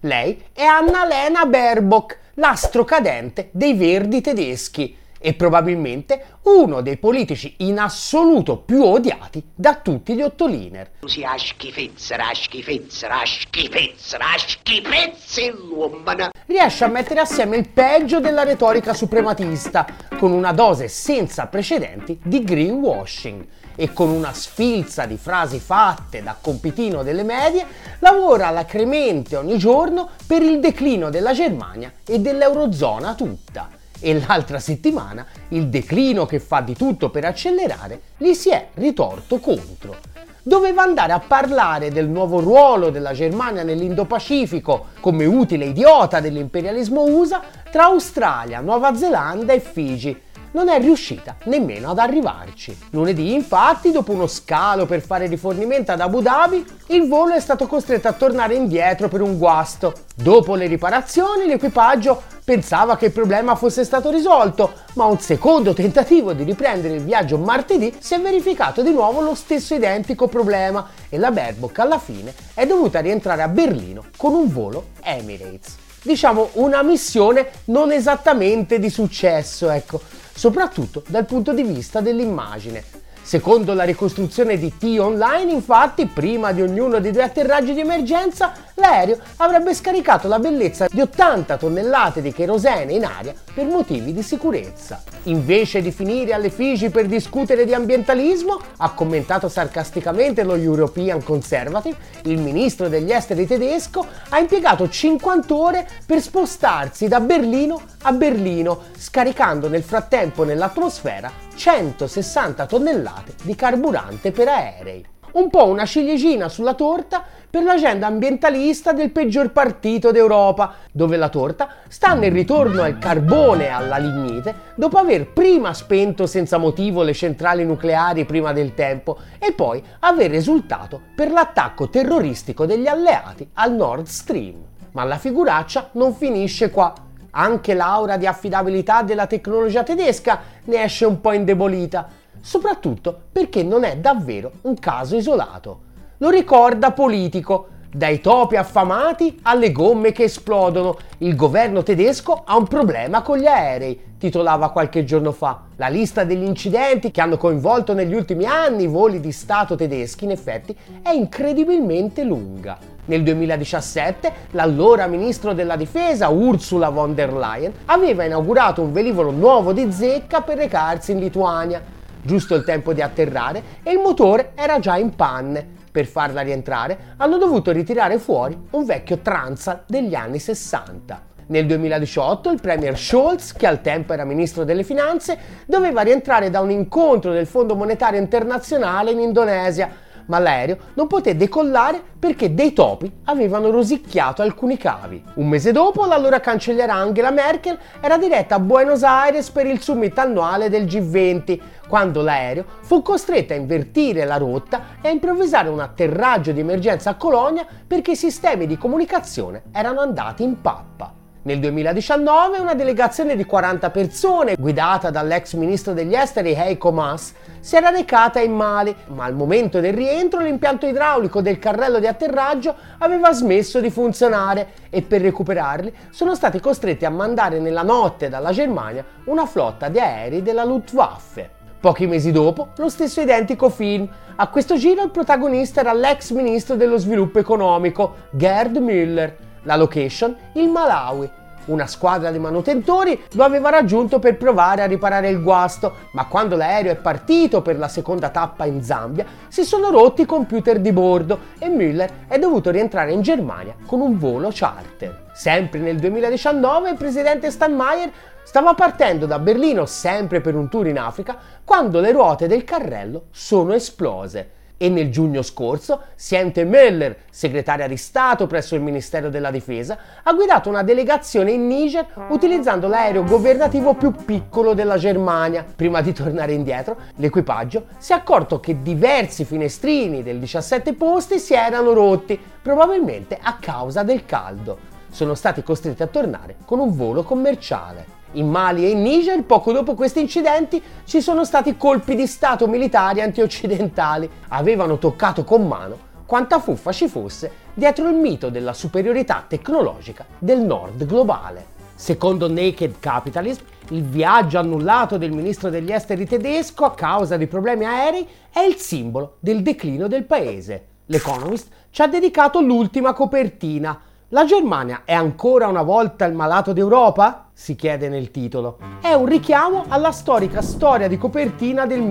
Lei è Annalena Baerbock, l'astro cadente dei Verdi tedeschi e probabilmente uno dei politici in assoluto più odiati da tutti gli ottoliner. Sia schifezza, l'uomo. Riesce a mettere assieme il peggio della retorica suprematista, con una dose senza precedenti di greenwashing, e con una sfilza di frasi fatte da compitino delle medie, lavora alacremente ogni giorno per il declino della Germania e dell'Eurozona tutta. E l'altra settimana il declino, che fa di tutto per accelerare, gli si è ritorto contro. Doveva andare a parlare del nuovo ruolo della Germania nell'Indo-Pacifico come utile idiota dell'imperialismo USA tra Australia, Nuova Zelanda e Figi. Non è riuscita nemmeno ad arrivarci. Lunedì, infatti, dopo uno scalo per fare rifornimento ad Abu Dhabi, il volo è stato costretto a tornare indietro per un guasto. Dopo le riparazioni, l'equipaggio pensava che il problema fosse stato risolto, ma un secondo tentativo di riprendere il viaggio martedì si è verificato di nuovo lo stesso identico problema e la Baerbock alla fine è dovuta rientrare a Berlino con un volo Emirates. Diciamo una missione non esattamente di successo, ecco, soprattutto dal punto di vista dell'immagine. Secondo la ricostruzione di T-Online, infatti, prima di ognuno dei 2 atterraggi di emergenza, l'aereo avrebbe scaricato la bellezza di 80 tonnellate di kerosene in aria per motivi di sicurezza. Invece di finire alle Figi per discutere di ambientalismo, ha commentato sarcasticamente lo European Conservative, il ministro degli esteri tedesco ha impiegato 50 ore per spostarsi da Berlino a Berlino, scaricando nel frattempo nell'atmosfera 160 tonnellate di carburante per aerei. Un po' una ciliegina sulla torta per l'agenda ambientalista del peggior partito d'Europa, dove la torta sta nel ritorno al carbone e alla lignite dopo aver prima spento senza motivo le centrali nucleari prima del tempo e poi aver esultato per l'attacco terroristico degli alleati al Nord Stream. Ma la figuraccia non finisce qua. Anche l'aura di affidabilità della tecnologia tedesca ne esce un po' indebolita, soprattutto perché non è davvero un caso isolato. Lo ricorda Politico. Dai topi affamati alle gomme che esplodono, il governo tedesco ha un problema con gli aerei, titolava qualche giorno fa. La lista degli incidenti che hanno coinvolto negli ultimi anni i voli di Stato tedeschi, in effetti, è incredibilmente lunga. Nel 2017 l'allora ministro della difesa Ursula von der Leyen aveva inaugurato un velivolo nuovo di zecca per recarsi in Lituania. Giusto il tempo di atterrare e il motore era già in panne. Per farla rientrare hanno dovuto ritirare fuori un vecchio Transal degli anni 60. Nel 2018 il premier Scholz, che al tempo era ministro delle finanze, doveva rientrare da un incontro del Fondo Monetario Internazionale in Indonesia, ma l'aereo non poté decollare perché dei topi avevano rosicchiato alcuni cavi. Un mese dopo l'allora cancelliera Angela Merkel era diretta a Buenos Aires per il summit annuale del G20, quando l'aereo fu costretto a invertire la rotta e a improvvisare un atterraggio di emergenza a Colonia perché i sistemi di comunicazione erano andati in pappa. Nel 2019 una delegazione di 40 persone, guidata dall'ex ministro degli esteri Heiko Maas, si era recata in Mali, ma al momento del rientro l'impianto idraulico del carrello di atterraggio aveva smesso di funzionare e per recuperarli sono stati costretti a mandare nella notte dalla Germania una flotta di aerei della Luftwaffe. Pochi mesi dopo, lo stesso identico film. A questo giro il protagonista era l'ex ministro dello sviluppo economico, Gerd Müller. La location? Il Malawi. Una squadra di manutentori lo aveva raggiunto per provare a riparare il guasto, ma quando l'aereo è partito per la seconda tappa in Zambia si sono rotti i computer di bordo e Müller è dovuto rientrare in Germania con un volo charter. Sempre nel 2019 il presidente Steinmeier stava partendo da Berlino sempre per un tour in Africa quando le ruote del carrello sono esplose. E nel giugno scorso Siente Müller, segretaria di Stato presso il Ministero della Difesa, ha guidato una delegazione in Niger utilizzando l'aereo governativo più piccolo della Germania. Prima di tornare indietro, l'equipaggio si è accorto che diversi finestrini del 17 posti si erano rotti, probabilmente a causa del caldo. Sono stati costretti a tornare con un volo commerciale. In Mali e in Niger, poco dopo questi incidenti, ci sono stati colpi di stato militari antioccidentali. Avevano toccato con mano quanta fuffa ci fosse dietro il mito della superiorità tecnologica del nord globale. Secondo Naked Capitalism, il viaggio annullato del ministro degli esteri tedesco a causa di problemi aerei è il simbolo del declino del paese. L'Economist ci ha dedicato l'ultima copertina. La Germania è ancora una volta il malato d'Europa? Si chiede nel titolo. È un richiamo alla storica storia di copertina del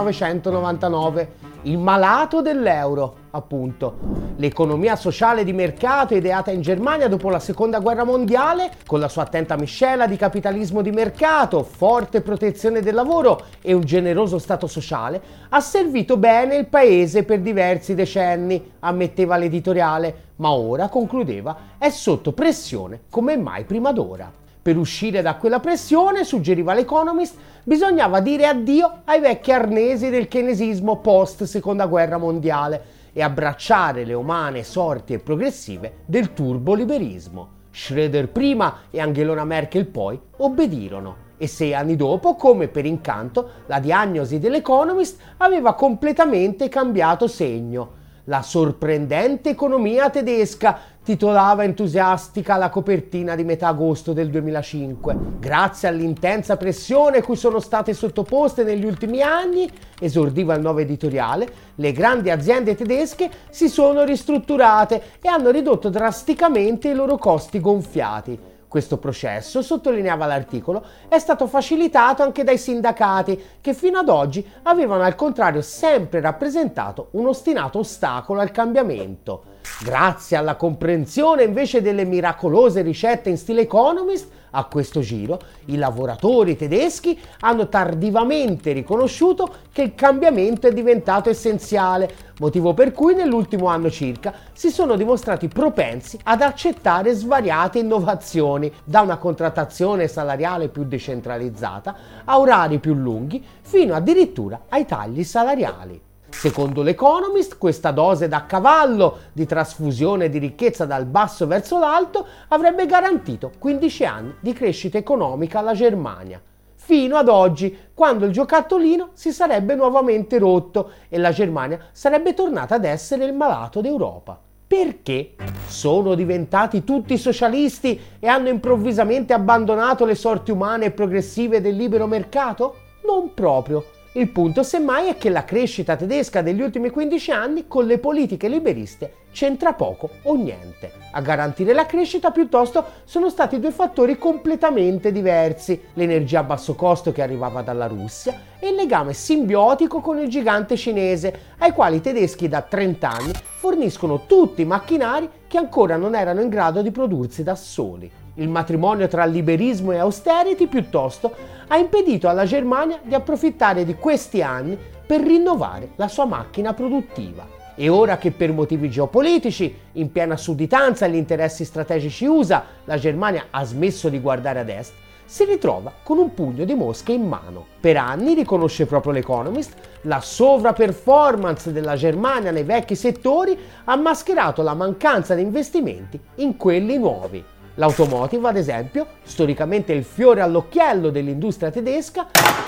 1999. Il malato dell'euro, appunto. L'economia sociale di mercato ideata in Germania dopo la Seconda Guerra Mondiale, con la sua attenta miscela di capitalismo di mercato, forte protezione del lavoro e un generoso stato sociale, ha servito bene il paese per diversi decenni, ammetteva l'editoriale, ma ora, concludeva, è sotto pressione come mai prima d'ora. Per uscire da quella pressione, suggeriva l'Economist, bisognava dire addio ai vecchi arnesi del keynesismo post Seconda Guerra Mondiale e abbracciare le umane sorti e progressive del turboliberismo. Schröder prima e Angela Merkel poi obbedirono e 6 anni dopo, come per incanto, la diagnosi dell'Economist aveva completamente cambiato segno. La sorprendente economia tedesca, titolava entusiastica la copertina di metà agosto del 2005. Grazie all'intensa pressione cui sono state sottoposte negli ultimi anni, esordiva il nuovo editoriale, le grandi aziende tedesche si sono ristrutturate e hanno ridotto drasticamente i loro costi gonfiati. Questo processo, sottolineava l'articolo, è stato facilitato anche dai sindacati, che fino ad oggi avevano al contrario sempre rappresentato un ostinato ostacolo al cambiamento. Grazie alla comprensione invece delle miracolose ricette in stile Economist, a questo giro i lavoratori tedeschi hanno tardivamente riconosciuto che il cambiamento è diventato essenziale, motivo per cui nell'ultimo anno circa si sono dimostrati propensi ad accettare svariate innovazioni, da una contrattazione salariale più decentralizzata a orari più lunghi, fino addirittura ai tagli salariali. Secondo l'Economist, questa dose da cavallo di trasfusione di ricchezza dal basso verso l'alto avrebbe garantito 15 anni di crescita economica alla Germania, fino ad oggi, quando il giocattolino si sarebbe nuovamente rotto e la Germania sarebbe tornata ad essere il malato d'Europa. Perché? Sono diventati tutti socialisti e hanno improvvisamente abbandonato le sorti umane e progressive del libero mercato? Non proprio. Il punto semmai è che la crescita tedesca degli ultimi 15 anni con le politiche liberiste c'entra poco o niente. A garantire la crescita piuttosto sono stati 2 fattori completamente diversi: l'energia a basso costo che arrivava dalla Russia e il legame simbiotico con il gigante cinese, ai quali i tedeschi da 30 anni forniscono tutti i macchinari che ancora non erano in grado di prodursi da soli. Il matrimonio tra liberismo e austerity, piuttosto, ha impedito alla Germania di approfittare di questi anni per rinnovare la sua macchina produttiva. E ora che per motivi geopolitici, in piena sudditanza agli interessi strategici USA, la Germania ha smesso di guardare ad est, si ritrova con un pugno di mosche in mano. Per anni, riconosce proprio l'Economist, la sovraperformance della Germania nei vecchi settori ha mascherato la mancanza di investimenti in quelli nuovi. L'automotive, ad esempio, storicamente il fiore all'occhiello dell'industria tedesca,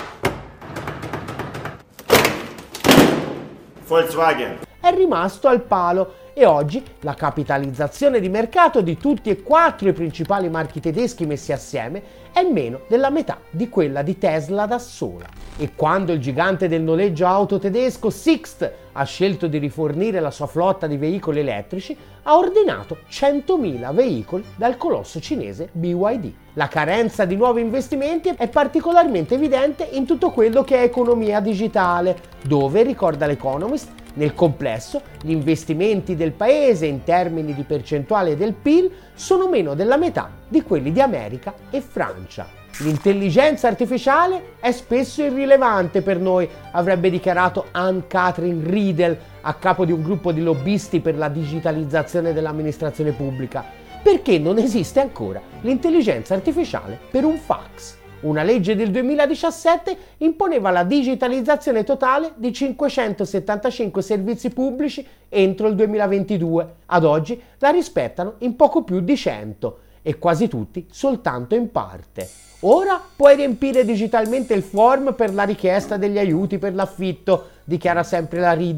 Volkswagen, è rimasto al palo e oggi la capitalizzazione di mercato di tutti e 4 i principali marchi tedeschi messi assieme è meno della metà di quella di Tesla da sola. E quando il gigante del noleggio auto tedesco Sixt ha scelto di rifornire la sua flotta di veicoli elettrici, ha ordinato 100.000 veicoli dal colosso cinese BYD. La carenza di nuovi investimenti è particolarmente evidente in tutto quello che è economia digitale, dove, ricorda l'Economist, nel complesso gli investimenti del paese in termini di percentuale del PIL sono meno della metà di quelli di America e Francia. L'intelligenza artificiale è spesso irrilevante per noi, avrebbe dichiarato Anne-Catherine Riedel, a capo di un gruppo di lobbisti per la digitalizzazione dell'amministrazione pubblica, perché non esiste ancora l'intelligenza artificiale per un fax. Una legge del 2017 imponeva la digitalizzazione totale di 575 servizi pubblici entro il 2022. Ad oggi la rispettano in poco più di 100 e quasi tutti soltanto in parte. Ora puoi riempire digitalmente il form per la richiesta degli aiuti per l'affitto, dichiara sempre la Riedel.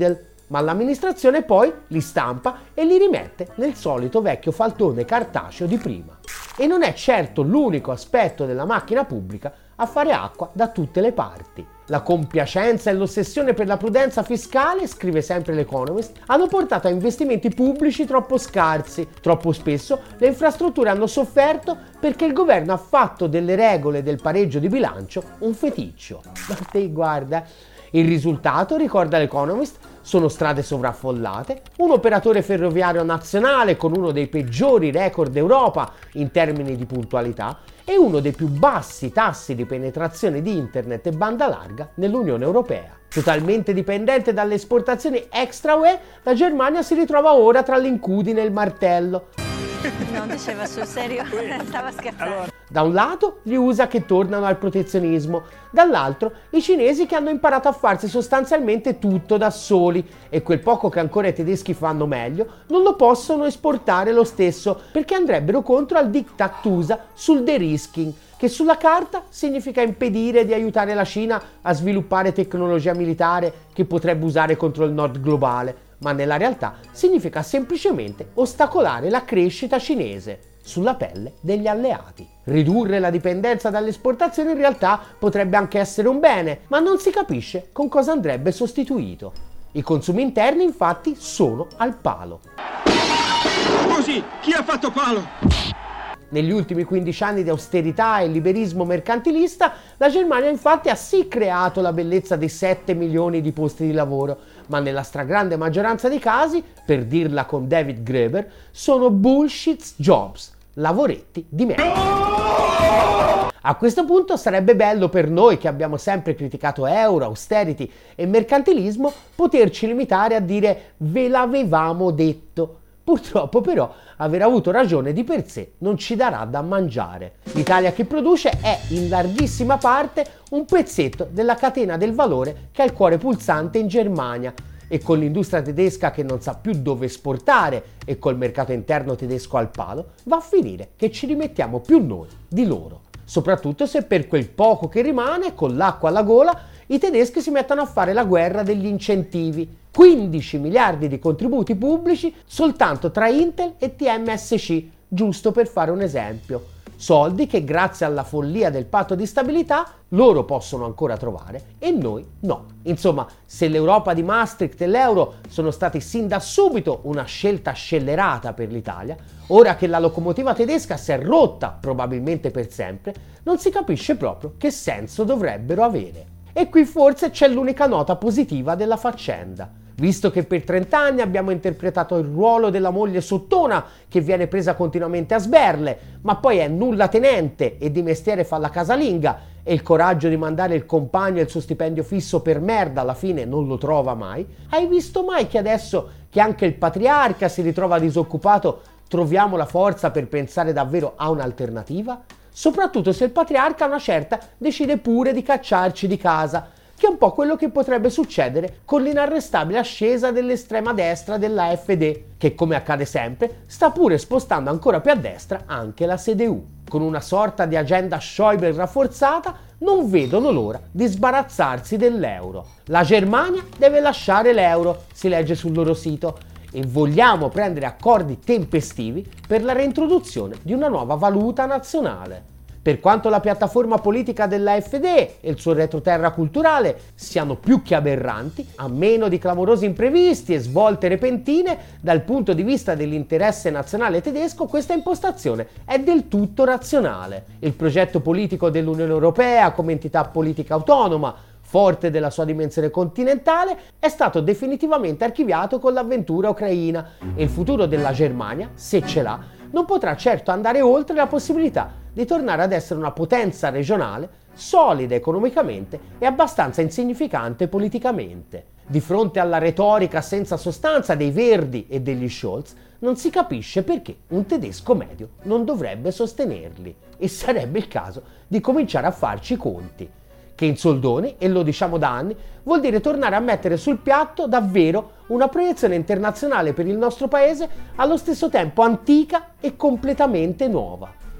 ma l'amministrazione poi li stampa e li rimette nel solito vecchio faltone cartaceo di prima. E non è certo l'unico aspetto della macchina pubblica a fare acqua da tutte le parti. La compiacenza e l'ossessione per la prudenza fiscale, scrive sempre l'Economist, hanno portato a investimenti pubblici troppo scarsi. Troppo spesso le infrastrutture hanno sofferto perché il governo ha fatto delle regole del pareggio di bilancio un feticcio. Ma te guarda, il risultato, ricorda l'Economist, sono strade sovraffollate, un operatore ferroviario nazionale con uno dei peggiori record d'Europa in termini di puntualità e uno dei più bassi tassi di penetrazione di internet e banda larga nell'Unione Europea. Totalmente dipendente dalle esportazioni extra UE, la Germania si ritrova ora tra l'incudine e il martello. Non diceva sul serio, stava scherzando. Da un lato gli USA che tornano al protezionismo, dall'altro i cinesi che hanno imparato a farsi sostanzialmente tutto da soli e quel poco che ancora i tedeschi fanno meglio non lo possono esportare lo stesso perché andrebbero contro al diktat USA sul de-risking, che sulla carta significa impedire di aiutare la Cina a sviluppare tecnologia militare che potrebbe usare contro il nord globale, ma nella realtà significa semplicemente ostacolare la crescita cinese sulla pelle degli alleati. Ridurre la dipendenza dalle esportazioni in realtà potrebbe anche essere un bene, ma non si capisce con cosa andrebbe sostituito. I consumi interni infatti sono al palo. Così, chi ha fatto palo? Negli ultimi 15 anni di austerità e liberismo mercantilista, la Germania infatti ha sì creato la bellezza dei 7 milioni di posti di lavoro, ma nella stragrande maggioranza dei casi, per dirla con David Graeber, sono bullshit jobs, lavoretti di merda. A questo punto sarebbe bello per noi che abbiamo sempre criticato euro, austerity e mercantilismo poterci limitare a dire ve l'avevamo detto. Purtroppo però aver avuto ragione di per sé non ci darà da mangiare. L'Italia che produce è in larghissima parte un pezzetto della catena del valore che ha il cuore pulsante in Germania e con l'industria tedesca che non sa più dove esportare e col mercato interno tedesco al palo, va a finire che ci rimettiamo più noi di loro. Soprattutto se per quel poco che rimane, con l'acqua alla gola, i tedeschi si mettono a fare la guerra degli incentivi. 15 miliardi di contributi pubblici soltanto tra Intel e TMSC, giusto per fare un esempio. Soldi che grazie alla follia del patto di stabilità loro possono ancora trovare e noi no. Insomma, se l'Europa di Maastricht e l'euro sono stati sin da subito una scelta scellerata per l'Italia, ora che la locomotiva tedesca si è rotta probabilmente per sempre, non si capisce proprio che senso dovrebbero avere. E qui forse c'è l'unica nota positiva della faccenda. Visto che per 30 anni abbiamo interpretato il ruolo della moglie sottona che viene presa continuamente a sberle, ma poi è nulla tenente e di mestiere fa la casalinga e il coraggio di mandare il compagno e il suo stipendio fisso per merda alla fine non lo trova mai, hai visto mai che adesso che anche il patriarca si ritrova disoccupato troviamo la forza per pensare davvero a un'alternativa? Soprattutto se il patriarca a una certa decide pure di cacciarci di casa, che è un po' quello che potrebbe succedere con l'inarrestabile ascesa dell'estrema destra dell'AfD, che come accade sempre sta pure spostando ancora più a destra anche la CDU. Con una sorta di agenda Schäuble rafforzata non vedono l'ora di sbarazzarsi dell'euro. La Germania deve lasciare l'euro, si legge sul loro sito, e vogliamo prendere accordi tempestivi per la reintroduzione di una nuova valuta nazionale. Per quanto la piattaforma politica dell'AfD e il suo retroterra culturale siano più che aberranti, a meno di clamorosi imprevisti e svolte repentine, dal punto di vista dell'interesse nazionale tedesco questa impostazione è del tutto razionale. Il progetto politico dell'Unione Europea come entità politica autonoma, forte della sua dimensione continentale, è stato definitivamente archiviato con l'avventura ucraina e il futuro della Germania, se ce l'ha, non potrà certo andare oltre la possibilità di tornare ad essere una potenza regionale, solida economicamente e abbastanza insignificante politicamente. Di fronte alla retorica senza sostanza dei Verdi e degli Scholz, non si capisce perché un tedesco medio non dovrebbe sostenerli. E sarebbe il caso di cominciare a farci i conti. Che in soldoni, e lo diciamo da anni, vuol dire tornare a mettere sul piatto davvero una proiezione internazionale per il nostro paese allo stesso tempo antica e completamente nuova.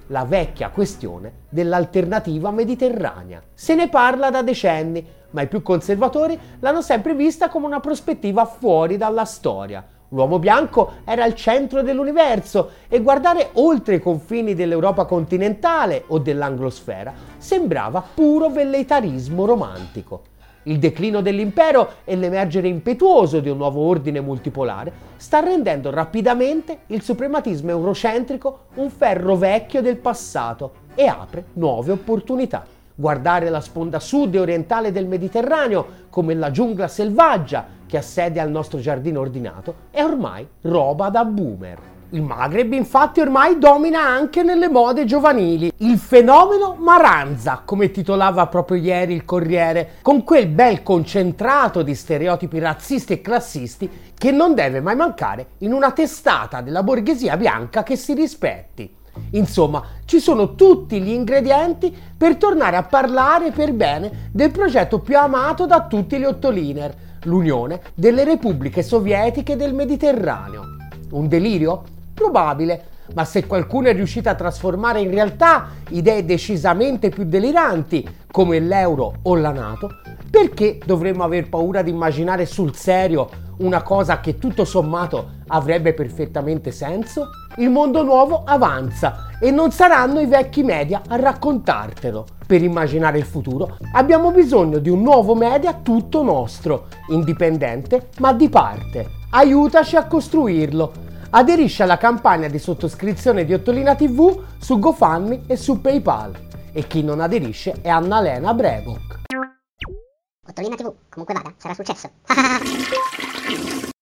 la vecchia questione dell'alternativa mediterranea. Se ne parla da decenni, ma i più conservatori l'hanno sempre vista come una prospettiva fuori dalla storia. L'uomo bianco era il centro dell'universo e guardare oltre i confini dell'Europa continentale o dell'anglosfera sembrava puro velleitarismo romantico. Il declino dell'impero e l'emergere impetuoso di un nuovo ordine multipolare sta rendendo rapidamente il suprematismo eurocentrico un ferro vecchio del passato e apre nuove opportunità. Guardare la sponda sud e orientale del Mediterraneo come la giungla selvaggia che assedia il nostro giardino ordinato è ormai roba da boomer. Il Maghreb infatti ormai domina anche nelle mode giovanili. Il fenomeno Maranza, come titolava proprio ieri il Corriere, con quel bel concentrato di stereotipi razzisti e classisti che non deve mai mancare in una testata della borghesia bianca che si rispetti. Insomma, ci sono tutti gli ingredienti per tornare a parlare per bene del progetto più amato da tutti gli ottoliner, l'Unione delle Repubbliche Sovietiche del Mediterraneo. Un delirio? Probabile, ma se qualcuno è riuscito a trasformare in realtà idee decisamente più deliranti, come l'euro o la NATO, perché dovremmo aver paura di immaginare sul serio una cosa che tutto sommato avrebbe perfettamente senso? Il mondo nuovo avanza e non saranno i vecchi media a raccontartelo. Per immaginare il futuro abbiamo bisogno di un nuovo media tutto nostro, indipendente ma di parte. Aiutaci a costruirlo. Aderisci alla campagna di sottoscrizione di Ottolina TV su GoFundMe e su PayPal. E chi non aderisce è Annalena Brebock. Ottolina TV, comunque vada, sarà successo.